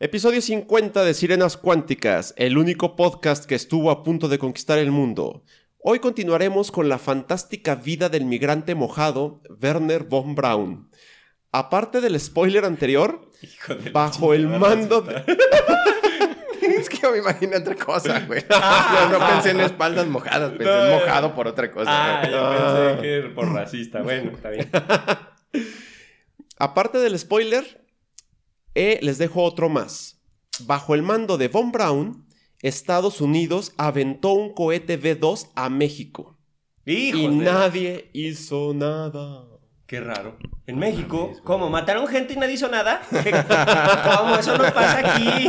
Episodio 50 de Sirenas Cuánticas, el único podcast que estuvo a punto de conquistar el mundo. Hoy continuaremos con la fantástica vida del migrante mojado, Wernher von Braun. Aparte del spoiler anterior, bajo el mando de... Es que yo me imagino otra cosa, güey. No pensé en espaldas mojadas, pensé en mojado por otra cosa. Yo pensé que por racista. Bueno, está bien. Aparte del spoiler, les dejo otro más. Bajo el mando de von Braun, Estados Unidos aventó un cohete V2 a México. Y nadie hizo nada. Qué raro. ¿En México? ¿Cómo? ¿Mataron gente y nadie hizo nada? ¿Cómo? Eso no pasa aquí.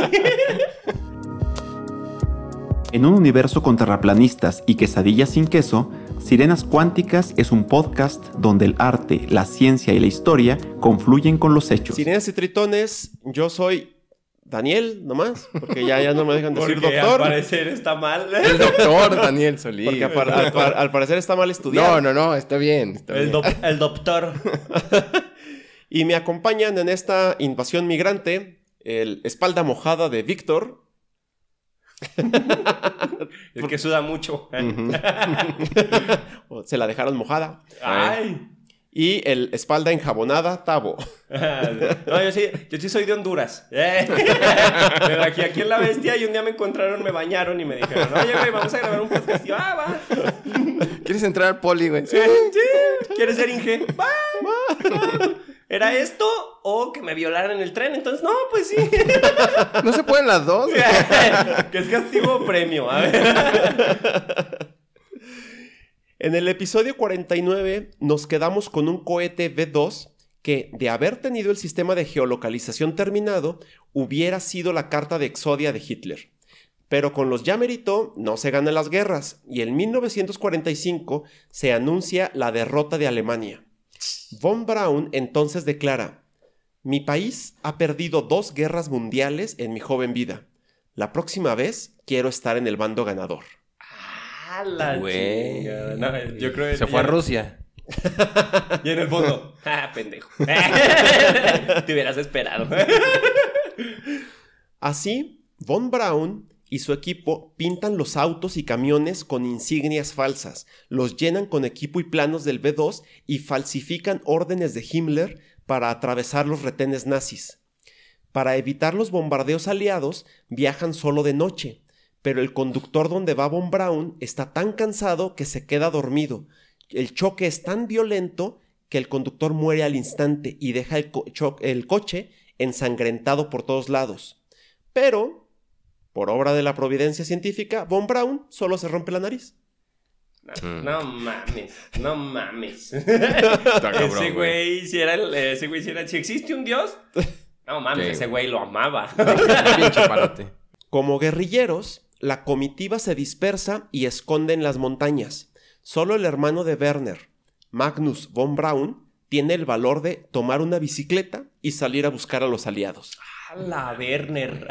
En un universo con terraplanistas y quesadillas sin queso, Sirenas Cuánticas es un podcast donde el arte, la ciencia y la historia confluyen con los hechos. Sirenas y tritones, yo soy Daniel, nomás, porque ya no me dejan decir porque doctor. Al parecer está mal. El doctor Daniel Solís. Porque al parecer está mal estudiado. No, está bien. El doctor. Y me acompañan en esta invasión migrante el espalda mojada de Víctor. El que suda mucho. Se la dejaron mojada. ¡Ay! Y el espalda enjabonada, Tavo. No, yo sí soy de Honduras. Pero aquí en La Bestia, y un día me encontraron, me bañaron y me dijeron, oye, güey, vamos a grabar un podcast. Y yo, va. ¿Quieres entrar al poli, güey? Sí. ¿Quieres ser Inge? Va. ¿Era esto o que me violaran en el tren? Entonces, no, pues sí. ¿No se pueden las dos? Que es castigo o premio. A ver. En el episodio 49 nos quedamos con un cohete V2 que, de haber tenido el sistema de geolocalización terminado, hubiera sido la carta de exodia de Hitler. Pero con los ya merito no se ganan las guerras, y en 1945 se anuncia la derrota de Alemania. Von Braun entonces declara: mi país ha perdido 2 guerras mundiales en mi joven vida. La próxima vez quiero estar en el bando ganador. La chingada. No, yo creo que se fue a Rusia. Y en el fondo, pendejo. Te hubieras esperado. Así, von Braun y su equipo pintan los autos y camiones con insignias falsas, los llenan con equipo y planos del V2 y falsifican órdenes de Himmler para atravesar los retenes nazis. Para evitar los bombardeos aliados, viajan solo de noche. Pero el conductor donde va von Braun está tan cansado que se queda dormido. El choque es tan violento que el conductor muere al instante y deja el coche ensangrentado por todos lados. Pero, por obra de la providencia científica, von Braun solo se rompe la nariz. No mames. Ese güey, si existe un dios, no mames, ese güey lo amaba. Pinche parote. Como guerrilleros, la comitiva se dispersa y esconde en las montañas. Solo el hermano de Werner, Magnus von Braun, tiene el valor de tomar una bicicleta y salir a buscar a los aliados. ¡Hala, Werner!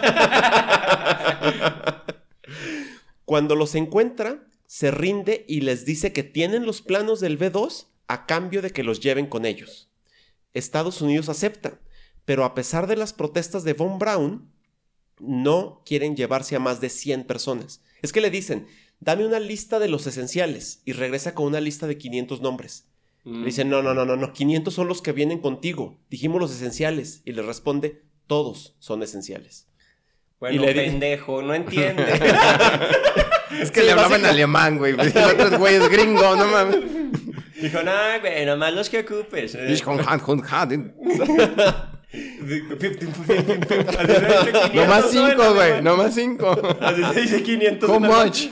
Cuando los encuentra, se rinde y les dice que tienen los planos del V2 a cambio de que los lleven con ellos. Estados Unidos acepta, pero a pesar de las protestas de von Braun, no quieren llevarse a más de 100 personas. Es que le dicen, dame una lista de los esenciales, y regresa con una lista de 500 nombres. Le dicen, no, 500 son los que vienen contigo. Dijimos los esenciales. Y le responde, todos son esenciales. Bueno, pendejo, no entiende. Es que le hablaba en alemán, güey. El otro güey es gringo, no mames. Dijo, no, güey, nomás los que ocupes. Nomás 5, güey. Nomás 5. Dice 500. How much?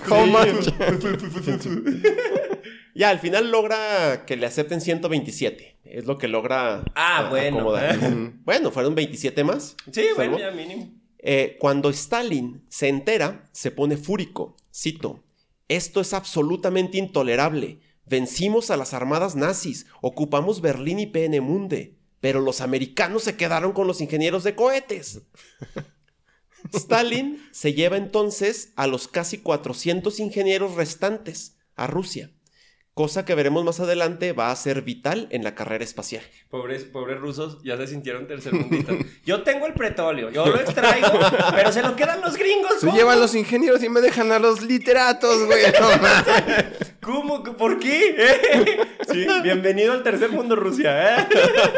Ya, al final logra que le acepten 127. Es lo que logra acomodar. Bueno, fueron 27 más. Sí, bueno, ya mínimo. Cuando Stalin se entera, se pone fúrico. Cito: esto es absolutamente intolerable. Vencimos a las armadas nazis, ocupamos Berlín y Peenemünde, pero los americanos se quedaron con los ingenieros de cohetes. Stalin se lleva entonces a los casi 400 ingenieros restantes a Rusia. cosa que veremos más adelante va a ser vital en la carrera espacial. Pobres rusos ya se sintieron tercermundistas. Yo tengo el petróleo, yo lo extraigo, pero se lo quedan los gringos. Se llevan los ingenieros y me dejan a los literatos, güey. No mames. ¿Cómo? ¿Por qué? Sí, bienvenido al tercer mundo, Rusia.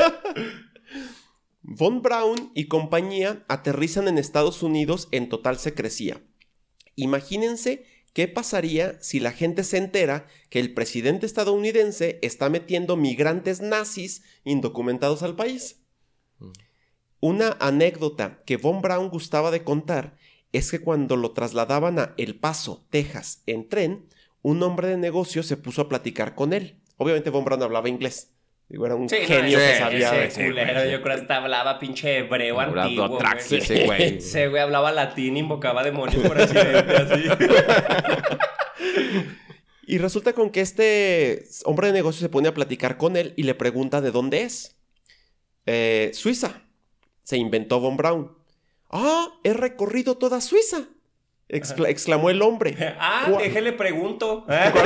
Von Braun y compañía aterrizan en Estados Unidos en total secrecía. Imagínense qué pasaría si la gente se entera que el presidente estadounidense está metiendo migrantes nazis indocumentados al país. Una anécdota que Von Braun gustaba de contar es que cuando lo trasladaban a El Paso, Texas, en tren, un hombre de negocios se puso a platicar con él. Obviamente Von Braun hablaba inglés. Digo, era un genio que sabía. Ese culero, yo creo que hasta hablaba pinche hebreo antiguo. Ese güey. Ese güey hablaba latín, invocaba demonios por accidente, así. Y resulta con que este hombre de negocios se pone a platicar con él y le pregunta de dónde es. Suiza. Se inventó Von Braun. ¡Ah! He recorrido toda Suiza. Exclamó el hombre. Déjele pregunto.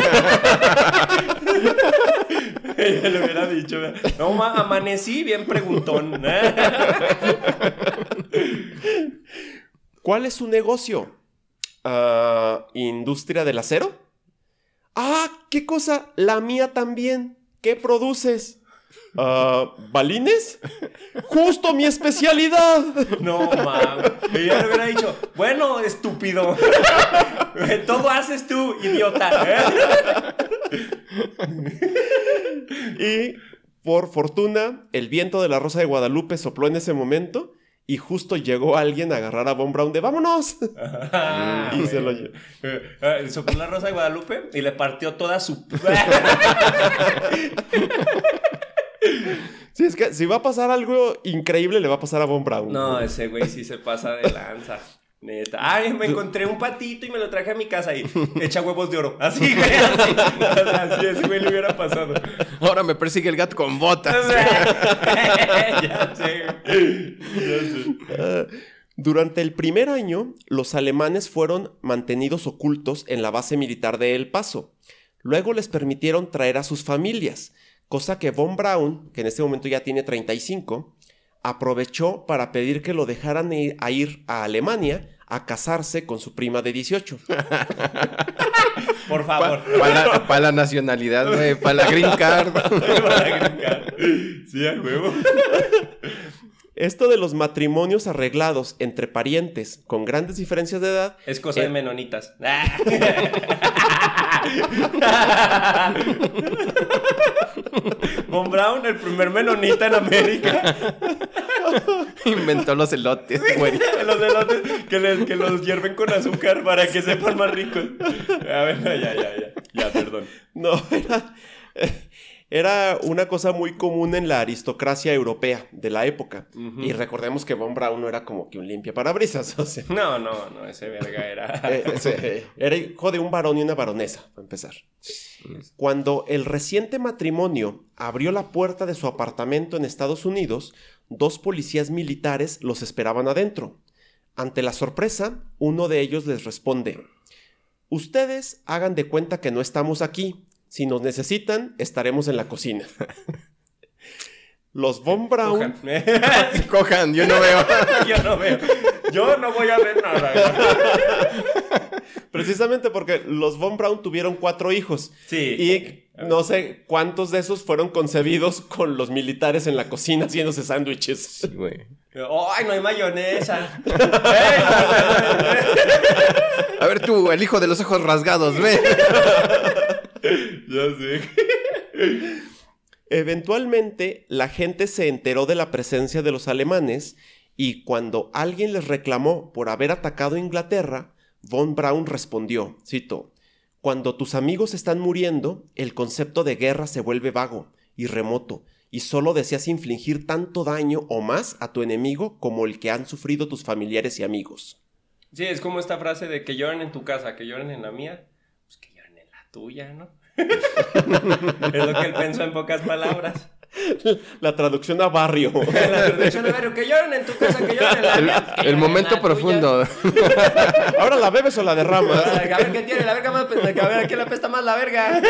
Ella le hubiera dicho. No, amanecí bien preguntón. ¿Cuál es su negocio? ¿Industria del acero? ¿Qué cosa? La mía también. ¿Qué produces? ¿Balines? ¡Justo mi especialidad! No, mames. Ella le hubiera dicho, bueno, estúpido. Todo haces tú, idiota. Y, por fortuna, el viento de la Rosa de Guadalupe sopló en ese momento y justo llegó alguien a agarrar a Von Braun de ¡vámonos! Y se lo llevó. Sopló la Rosa de Guadalupe y le partió toda su... Sí, es que si va a pasar algo increíble, le va a pasar a Von Braun. No, ese güey sí se pasa de lanza. Neta. Me encontré un patito y me lo traje a mi casa y echa huevos de oro. Así, güey. Así ese güey le hubiera pasado. Ahora me persigue el gato con botas. Ya sé. Durante el primer año, los alemanes fueron mantenidos ocultos en la base militar de El Paso. Luego les permitieron traer a sus familias, cosa que Von Braun, que en este momento ya tiene 35, aprovechó para pedir que lo dejaran ir a Alemania a casarse con su prima de 18. Por favor. Para la nacionalidad, güey. Para la green card. Para la green card. Sí, a huevo. Esto de los matrimonios arreglados entre parientes con grandes diferencias de edad... Es cosa de menonitas. Von Braun, el primer menonita en América. Inventó los elotes, güey. Los elotes que los hierven con azúcar para que sepan más ricos. A ver, ya, perdón. No, era una cosa muy común en la aristocracia europea de la época. Uh-huh. Y recordemos que Von Braun no era como que un limpiaparabrisas, o sea. No, ese verga era... era hijo de un varón y una baronesa, para empezar. Cuando el reciente matrimonio abrió la puerta de su apartamento en Estados Unidos, 2 policías militares los esperaban adentro. Ante la sorpresa, uno de ellos les responde: ustedes hagan de cuenta que no estamos aquí. Si nos necesitan, estaremos en la cocina. Los Von Braun... Cojan, yo no veo. Yo no voy a ver nada. Precisamente porque los Von Braun tuvieron 4 hijos. Sí. Y no sé cuántos de esos fueron concebidos con los militares en la cocina haciéndose sándwiches. Sí, güey. ¡Ay, no hay mayonesa! A ver tú, el hijo de los ojos rasgados, ve. Ya sé. Eventualmente, la gente se enteró de la presencia de los alemanes y cuando alguien les reclamó por haber atacado Inglaterra, Von Braun respondió, cito: cuando tus amigos están muriendo, el concepto de guerra se vuelve vago y remoto y solo deseas infligir tanto daño o más a tu enemigo como el que han sufrido tus familiares y amigos. Sí, es como esta frase de que lloren en tu casa, que lloren en la mía, pues que lloren en la tuya, ¿no? Es lo que él pensó en pocas palabras. La traducción a barrio. La traducción a barrio. Que lloran en tu casa, que lloran en la mía. El momento profundo. ¿Ahora la bebes o la derramas? A ver qué tiene la verga más. A ver a quién le apesta más la verga.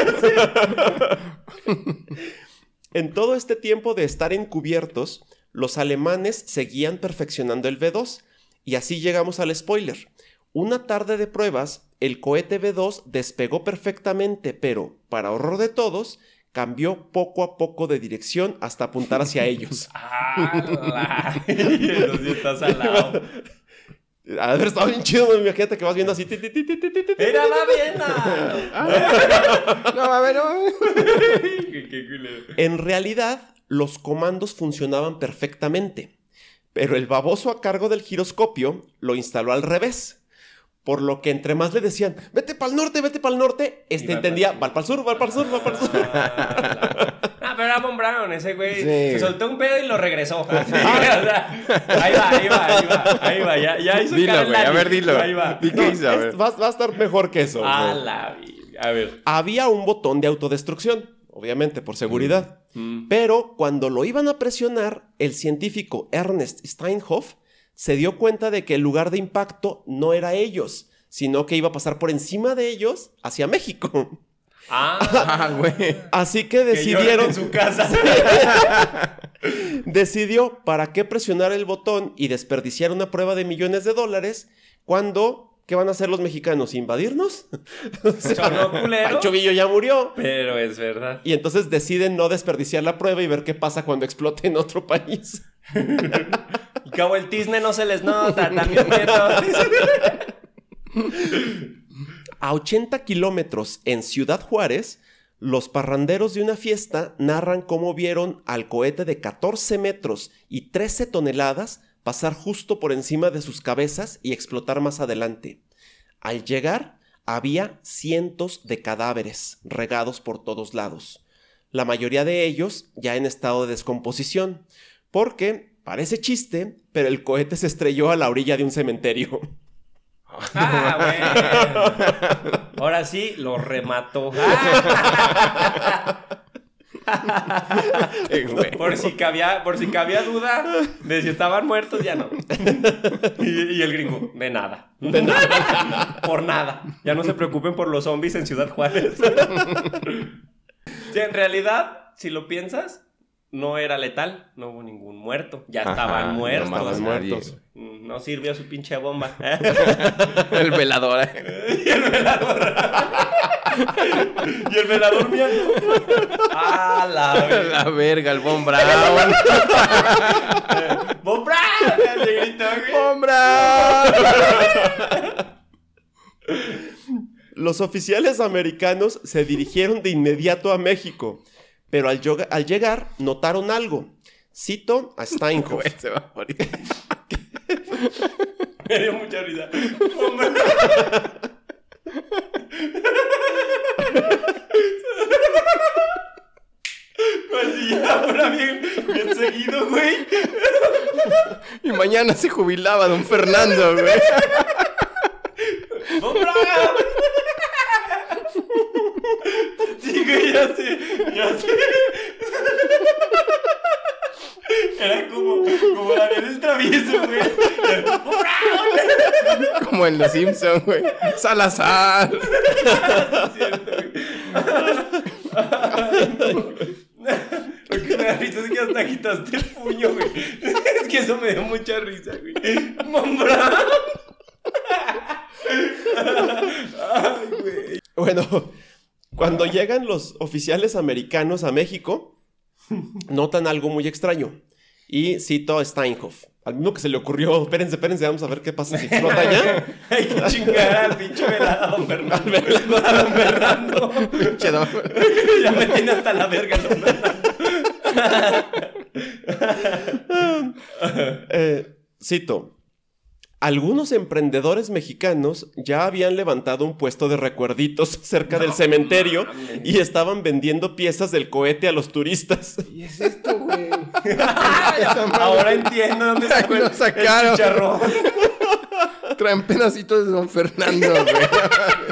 En todo este tiempo de estar encubiertos, los alemanes seguían perfeccionando el V2. Y así llegamos al spoiler. Una tarde de pruebas, el cohete V2 despegó perfectamente, pero, para horror de todos, cambió poco a poco de dirección hasta apuntar hacia ellos. ¡Hala! Eso sí está salado. A ver, estaba bien chido, imagínate que vas viendo así. ¡Era la Viena! No, a ver, no. Qué culero. En realidad, los comandos funcionaban perfectamente, pero el baboso a cargo del giroscopio lo instaló al revés. Por lo que entre más le decían, vete para el norte, entendía, va para el sur. Ah, pero era Von Braun, ese güey. Sí. Se soltó un pedo y lo regresó. Así, o sea, ahí va. Ya hizo Dilo, cara en güey, la a ver, dilo. Ahí va. ¿Y qué hizo? A ver. Va a estar mejor que eso. A güey. la vida. A ver. Había un botón de autodestrucción, obviamente, por seguridad. Pero cuando lo iban a presionar, el científico Ernest Steinhoff se dio cuenta de que el lugar de impacto no era ellos, sino que iba a pasar por encima de ellos hacia México. Güey. Así que Que decidieron... lloren en su casa. Decidió para qué presionar el botón y desperdiciar una prueba de millones de dólares cuando... ¿Qué van a hacer los mexicanos? ¿Invadirnos? O sea, Sonó culero. Pancho Villa ya murió. Pero es verdad. Y entonces deciden no desperdiciar la prueba y ver qué pasa cuando explote en otro país. Y cabo el tizne no se les nota, también meto. A 80 kilómetros en Ciudad Juárez, los parranderos de una fiesta narran cómo vieron al cohete de 14 metros y 13 toneladas pasar justo por encima de sus cabezas y explotar más adelante. Al llegar, había cientos de cadáveres regados por todos lados. La mayoría de ellos ya en estado de descomposición, porque, parece chiste, pero el cohete se estrelló a la orilla de un cementerio. Bueno. Ahora sí, lo remató. Por si cabía duda de si estaban muertos, ya no. Y el gringo, de nada. Por nada. Ya no se preocupen por los zombies en Ciudad Juárez. Sí, en realidad, si lo piensas, no era letal. No hubo ningún muerto. Ya estaban muertos. No matas a nadie. No sirvió su pinche bomba. El velador. Y el velador miando. ¡Ah, La verga, el Von Braun. ¡Von Braun! Le gritó, güey. ¡Von Braun! Los oficiales americanos se dirigieron de inmediato a México, pero al llegar notaron algo. Cito a Steinhoff. Güey, se va a morir. Me dio mucha risa. Pues si ya fuera bien seguido, güey. Y mañana se jubilaba don Fernando, güey. ¡Von Braun! Sí, güey, ya sé. Era como Daniel el Travieso, güey. ¡Von Braun! Como en Los Simpsons, güey. Salazar. Es cierto, güey. Lo que me da risa es que hasta quitaste el puño, güey. Es que eso me dio mucha risa, güey. ¡Von Braun! Ay, güey. Bueno, cuando llegan los oficiales americanos a México, notan algo muy extraño. Y cito a Steinhoff. Al mismo que se le ocurrió, espérense, vamos a ver qué pasa si explota ya. Hay que chingar al pinche velado a don Fernando. A don Fernando. Pinche don. Ya me tiene hasta la verga el don Fernando. Cito. Algunos emprendedores mexicanos ya habían levantado un puesto de recuerditos cerca del cementerio y estaban vendiendo piezas del cohete a los turistas. ¿Y es esto, güey? Ahora entiendo dónde sacó Lo sacaron. el chicharrón. Traen pedacitos de don Fernando, güey.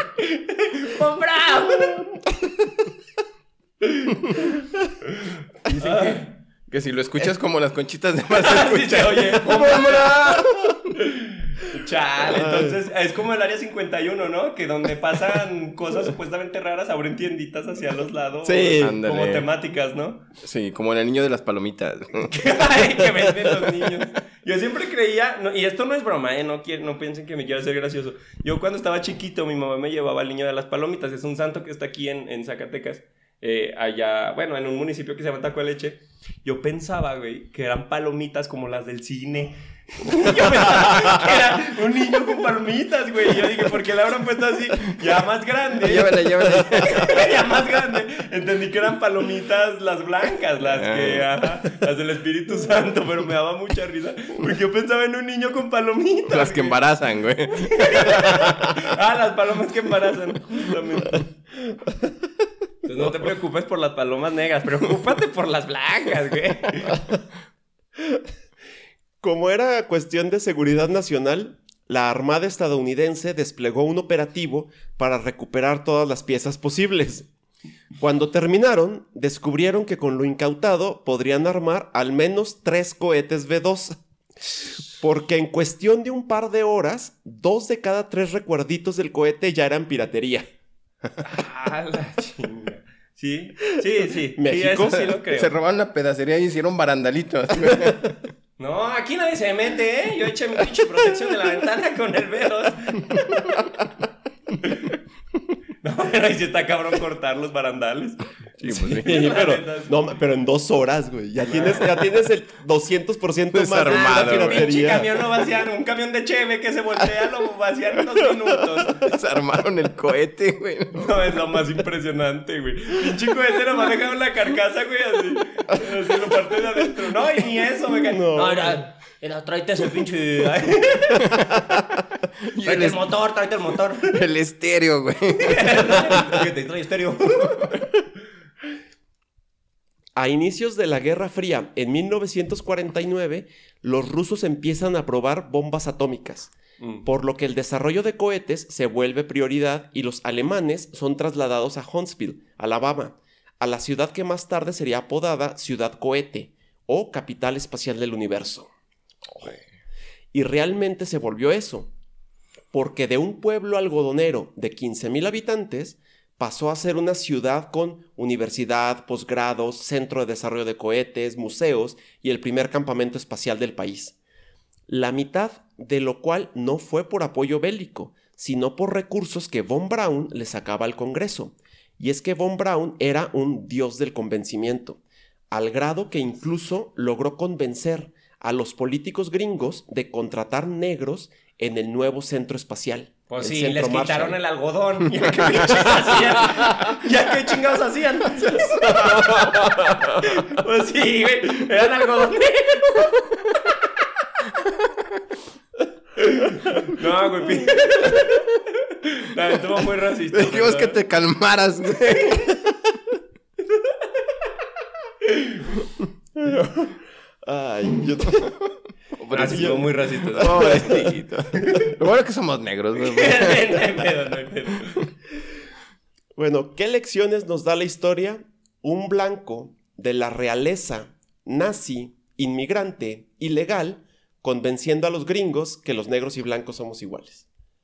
¡Von Braun! Dicen que si lo escuchas como las conchitas de más se escucha. Oye, chale, entonces es como el área 51, ¿no? Que donde pasan cosas supuestamente raras, abren tienditas hacia los lados. Sí, como ándale. temáticas, ¿no? Sí, como el niño de las palomitas. Ay, que venden los niños. Yo siempre creía, y esto no es broma, no piensen que me quiero hacer gracioso. Yo cuando estaba chiquito, mi mamá me llevaba al niño de las palomitas. Es un santo que está aquí en Zacatecas. Allá, bueno, en un municipio que se llama Taco de Leche. Yo pensaba, güey, que eran palomitas como las del cine. Yo pensaba que era un niño con palomitas, güey. Yo dije, ¿por qué la habrán puesto así? Ya más grande. Llévale. Ya más grande. Entendí que eran palomitas las blancas, las del Espíritu Santo, pero me daba mucha risa. Porque yo pensaba en un niño con palomitas. Las que embarazan, güey. Las palomas que embarazan, justamente. Entonces no te preocupes por las palomas negras, preocúpate por las blancas, güey. Como era cuestión de seguridad nacional, la Armada estadounidense desplegó un operativo para recuperar todas las piezas posibles. Cuando terminaron, descubrieron que con lo incautado podrían armar al menos 3 cohetes V2. Porque en cuestión de un par de horas, 2 de cada 3 recuerditos del cohete ya eran piratería. La chinga. Sí. ¿México? Sí, eso sí lo creo. Se robaron la pedacería y hicieron barandalitos. No, aquí nadie se mete, ¿eh? Yo eché mi pinche protección de la ventana con el V2. No, pero ahí sí está cabrón cortar los barandales. Sí, pues sí. Sí, pero en 2 horas, güey. Ya tienes el 200% más Desarmado, de la güey. Pinche piratería. camión lo vacían, un camión de cheve que se voltea lo vacían en 2 minutos. Desarmaron el cohete, güey. No, es lo más impresionante, güey. Pinche cohete nomás dejaron la carcasa, güey, así lo parte de adentro. No, y ni eso, me cae. No, era, tráete ese pinche... Tráete el motor. El estéreo, güey. Que te trae estéreo. A inicios de la Guerra Fría, en 1949, los rusos empiezan a probar bombas atómicas, por lo que el desarrollo de cohetes se vuelve prioridad y los alemanes son trasladados a Huntsville, Alabama, a la ciudad que más tarde sería apodada Ciudad Cohete o Capital Espacial del Universo. Y realmente se volvió eso, porque de un pueblo algodonero de 15,000 habitantes pasó a ser una ciudad con universidad, posgrados, centro de desarrollo de cohetes, museos y el primer campamento espacial del país. La mitad de lo cual no fue por apoyo bélico, sino por recursos que Von Braun le sacaba al Congreso. Y es que Von Braun era un dios del convencimiento, al grado que incluso logró convencer a los políticos gringos de contratar negros en el nuevo centro espacial. Pues el sí, centro les quitaron Marshall. el algodón. ¿Ya qué pinches hacían? ¿Ya qué chingados hacían? Pues sí, güey. Eran algodón negro. No, güey. No, estuvo muy racista. Te dijimos que te calmaras, güey. Ay, yo... Estuvo muy racista. Pobrecito. Lo bueno es que somos negros, güey. No hay pedo. Bueno, ¿qué lecciones nos da la historia? Un blanco de la realeza, nazi, inmigrante, ilegal, convenciendo a los gringos que los negros y blancos somos iguales.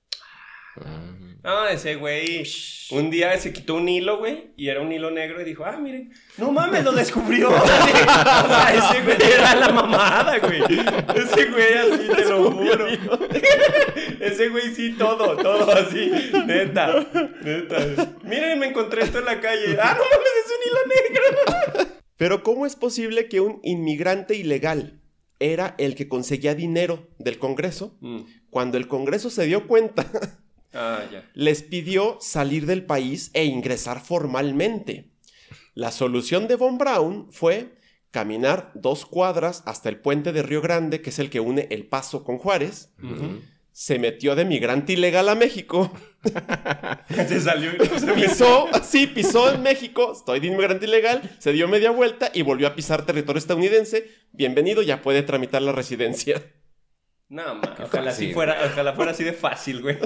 No, ese güey un día se quitó un hilo, güey, y era un hilo negro y dijo, miren, no mames, lo descubrió. O sea, ese güey era la mamada, güey. Ese güey así, te lo juro. Ese güey sí, todo así, neta. Miren, me encontré esto en la calle. No mames, es un hilo negro. Pero ¿cómo es posible que un inmigrante ilegal era el que conseguía dinero del Congreso? Cuando el Congreso se dio cuenta... Ya. Les pidió salir del país e ingresar formalmente. La solución de Von Braun fue caminar 2 cuadras hasta el puente de Río Grande, que es el que une El Paso con Juárez. Se metió de migrante ilegal a México. Se salió. Pisó en México. Estoy de inmigrante ilegal. Se dio media vuelta y volvió a pisar territorio estadounidense. Bienvenido, ya puede tramitar la residencia. No, man, ojalá fuera así de fácil, güey.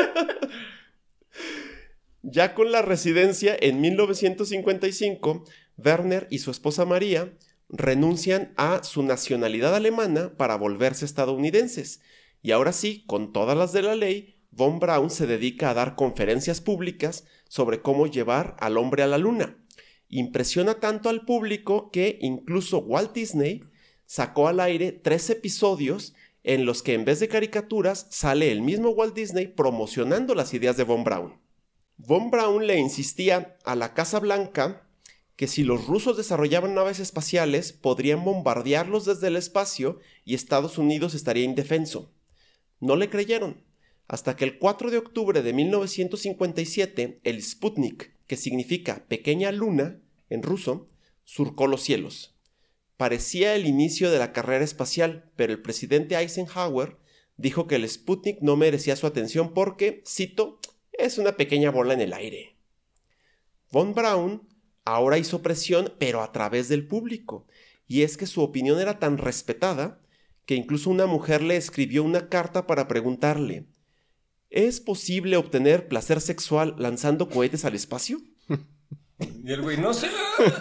Ya con la residencia en 1955, Werner y su esposa María renuncian a su nacionalidad alemana para volverse estadounidenses. Y ahora sí, con todas las de la ley, Von Braun se dedica a dar conferencias públicas sobre cómo llevar al hombre a la luna. Impresiona tanto al público que incluso Walt Disney sacó al aire 3 episodios en los que en vez de caricaturas sale el mismo Walt Disney promocionando las ideas de Von Braun. Von Braun le insistía a la Casa Blanca que si los rusos desarrollaban naves espaciales podrían bombardearlos desde el espacio y Estados Unidos estaría indefenso. No le creyeron, hasta que el 4 de octubre de 1957 el Sputnik, que significa pequeña luna en ruso, surcó los cielos. Parecía el inicio de la carrera espacial, pero el presidente Eisenhower dijo que el Sputnik no merecía su atención porque, cito, es una pequeña bola en el aire. Von Braun ahora hizo presión, pero a través del público, y es que su opinión era tan respetada que incluso una mujer le escribió una carta para preguntarle: ¿es posible obtener placer sexual lanzando cohetes al espacio? Y el güey, no sé.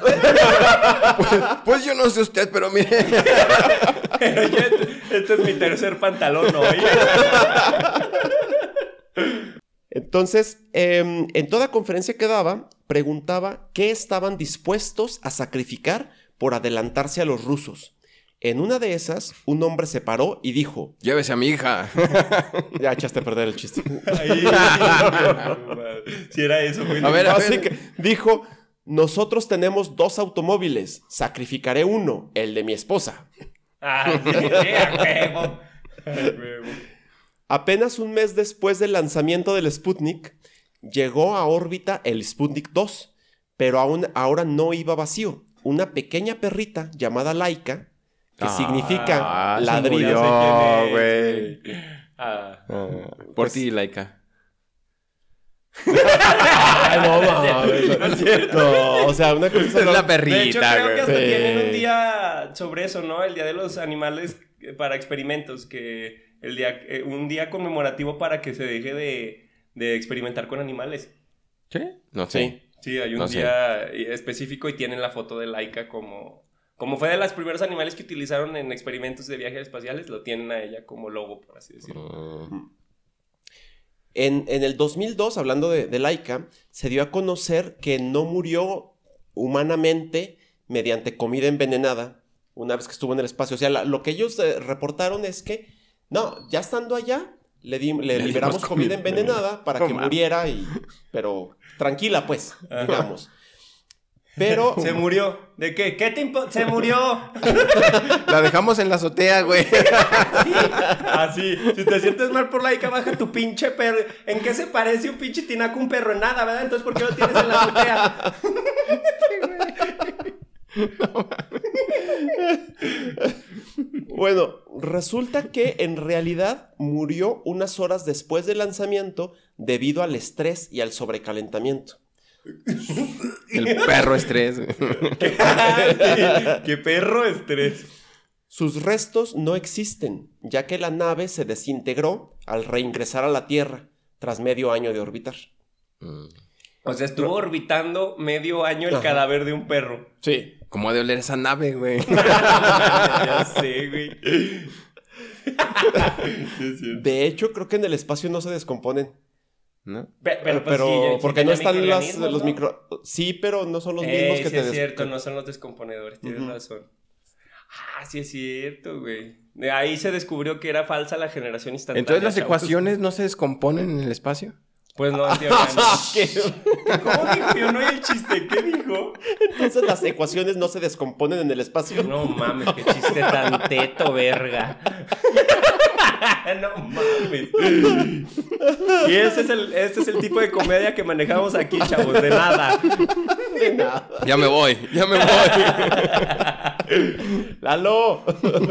Pues yo no sé usted, pero mire. Pero este es mi tercer pantalón hoy. Entonces, en toda conferencia que daba, preguntaba qué estaban dispuestos a sacrificar por adelantarse a los rusos. En una de esas, un hombre se paró y dijo: llévese a mi hija. Ya echaste a perder el chiste. Ahí, si era eso, güey. A ver. Así que dijo: nosotros tenemos 2 automóviles, sacrificaré uno, el de mi esposa. Ah, sí, a huevo. A huevo. Apenas un mes después del lanzamiento del Sputnik, llegó a órbita el Sputnik 2, pero ahora no iba vacío. Una pequeña perrita llamada Laika, que significa ladrillo. No, güey. Por ti, Laika. Ay, no mames. No es cierto. No, o sea, una cosa Es la De hecho, perrita, creo que hasta Sí. tienen un día sobre eso, ¿no? El Día de los Animales para experimentos, que un día conmemorativo para que se deje de experimentar con animales. ¿Sí? No sé. Sí, hay un No sé. día específico y tienen la foto de Laika como fue de los primeros animales que utilizaron en experimentos de viajes espaciales, lo tienen a ella como logo, por así decirlo. En el 2002, hablando de Laika, se dio a conocer que no murió humanamente mediante comida envenenada una vez que estuvo en el espacio. O sea, lo que ellos reportaron es que, no, ya estando allá, le liberamos comida envenenada para que muriera, pero tranquila, pues, digamos. Pero... Se murió. ¿De qué? ¿Qué te importa? ¡Se murió! La dejamos en la azotea, güey. Así. Si te sientes mal por Laika, baja tu pinche perro. ¿En qué se parece un pinche tinaco a un perro? En nada, ¿verdad? Entonces, ¿por qué lo tienes en la azotea? Bueno, resulta que en realidad murió unas horas después del lanzamiento debido al estrés y al sobrecalentamiento. El perro estrés. ¡Qué perro estrés! Sus restos no existen, ya que la nave se desintegró al reingresar a la Tierra tras medio año de orbitar. O sea, estuvo orbitando medio año el cadáver de un perro. Sí. ¿Cómo ha de oler esa nave, güey? Ya sé, güey. De hecho, creo que en el espacio no se descomponen. ¿No? Pero sí, porque no están microorganismos, los ¿no? micro... Sí, pero no son los mismos que sí te es cierto, no son los descomponedores, tienes razón. Ah, sí es cierto, güey. De ahí se descubrió que era falsa la generación instantánea. Entonces, ¿las chavos. ecuaciones no se descomponen en el espacio? Pues no, tío. ¿Cómo dijo? Yo no oí el chiste. ¿Qué dijo? Entonces las ecuaciones no se descomponen en el espacio. No mames, qué chiste tan teto, verga. No mames. Y ese es el tipo de comedia que manejamos aquí, chavos. De nada. De nada. Ya me voy. ¡Lalo!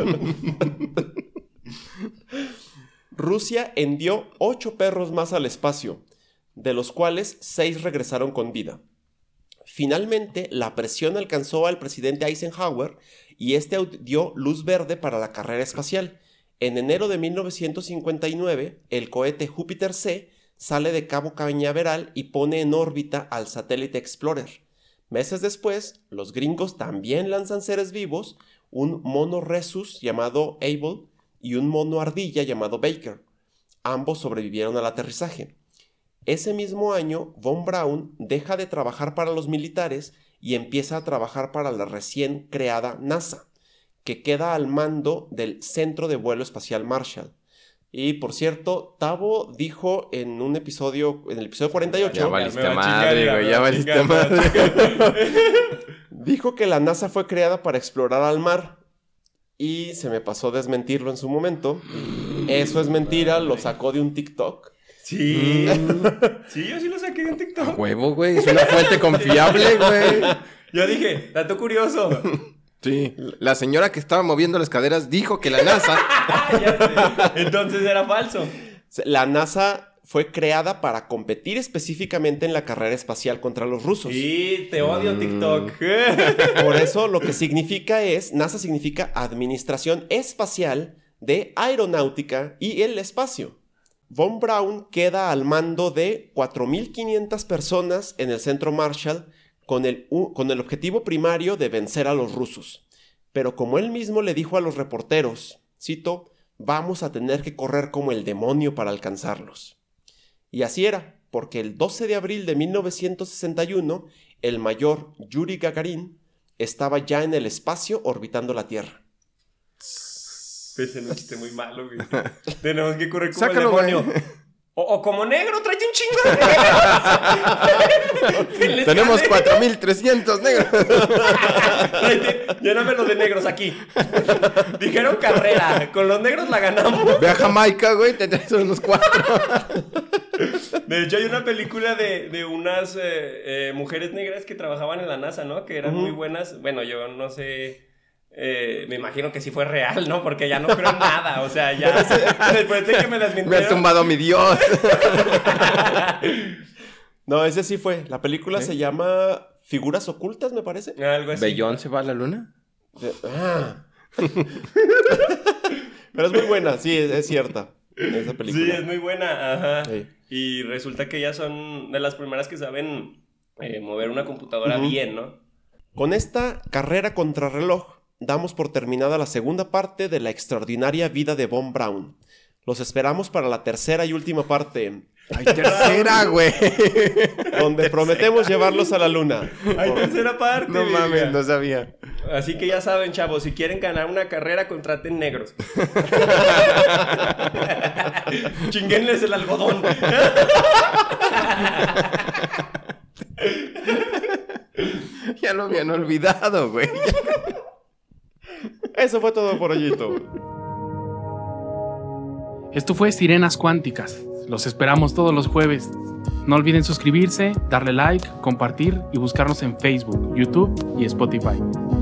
Rusia envió 8 perros más al espacio, de los cuales 6 regresaron con vida. Finalmente, la presión alcanzó al presidente Eisenhower y este dio luz verde para la carrera espacial. En enero de 1959, el cohete Júpiter C sale de Cabo Cañaveral y pone en órbita al satélite Explorer. Meses después, los gringos también lanzan seres vivos, un mono rhesus llamado Abel y un mono ardilla llamado Baker. Ambos sobrevivieron al aterrizaje. Ese mismo año, Von Braun deja de trabajar para los militares y empieza a trabajar para la recién creada NASA, que queda al mando del Centro de Vuelo Espacial Marshall. Y por cierto, Tavo dijo en un episodio, en el episodio 48... Ya valiste madre, güey, ya valiste madre. Dijo que la NASA fue creada para explorar al mar. Y se me pasó desmentirlo en su momento. Eso es mentira, lo sacó de un TikTok. Sí. Sí, yo sí lo saqué de un TikTok. A huevo, güey, es una fuente confiable, güey. Yo dije, dato curioso. Sí, la señora que estaba moviendo las caderas dijo que la NASA... Entonces era falso. La NASA fue creada para competir específicamente en la carrera espacial contra los rusos. Sí, te odio TikTok. Por eso lo que significa es, NASA significa Administración Espacial de Aeronáutica y el Espacio. Von Braun queda al mando de 4.500 personas en el centro Marshall con el objetivo primario de vencer a los rusos. Pero como él mismo le dijo a los reporteros, cito, vamos a tener que correr como el demonio para alcanzarlos. Y así era, porque el 12 de abril de 1961, el mayor Yuri Gagarin estaba ya en el espacio orbitando la Tierra. Ese no chiste muy malo, güey. Tenemos que correr como Sácalo, el demonio. güey. O como negro, tráete un chingo de negros. Tenemos 4.300 negros. Llénamelo de negros aquí. Dijeron carrera. Con los negros la ganamos. Ve a Jamaica, güey, te traes unos 4. De hecho, hay una película de unas mujeres negras que trabajaban en la NASA, ¿no? Que eran muy buenas. Bueno, yo no sé... me imagino que sí fue real, ¿no? Porque ya no creo en nada. O sea, ya... Después de que me desmintieron... Me ha tumbado mi Dios. No, ese sí fue. La película se llama Figuras Ocultas, me parece. Algo así. ¿Bellón se va a la luna? Pero es muy buena, sí, es cierta. Esa película. Sí, es muy buena. Ajá. Sí. Y resulta que ellas son de las primeras que saben mover una computadora bien, ¿no? Con esta carrera contrarreloj, damos por terminada la segunda parte de la extraordinaria vida de Von Braun. Los esperamos para la tercera y última parte. ¡Ay, tercera, güey! Donde prometemos llevarlos a la luna. Hay tercera parte. No mames, no sabía. Así que ya saben, chavos, si quieren ganar una carrera, contraten negros. Chinguenles el algodón. Ya lo habían olvidado, güey. Eso fue todo por hoyito. Esto fue Sirenas Cuánticas. Los esperamos todos los jueves. No olviden suscribirse, darle like, compartir y buscarnos en Facebook, YouTube y Spotify.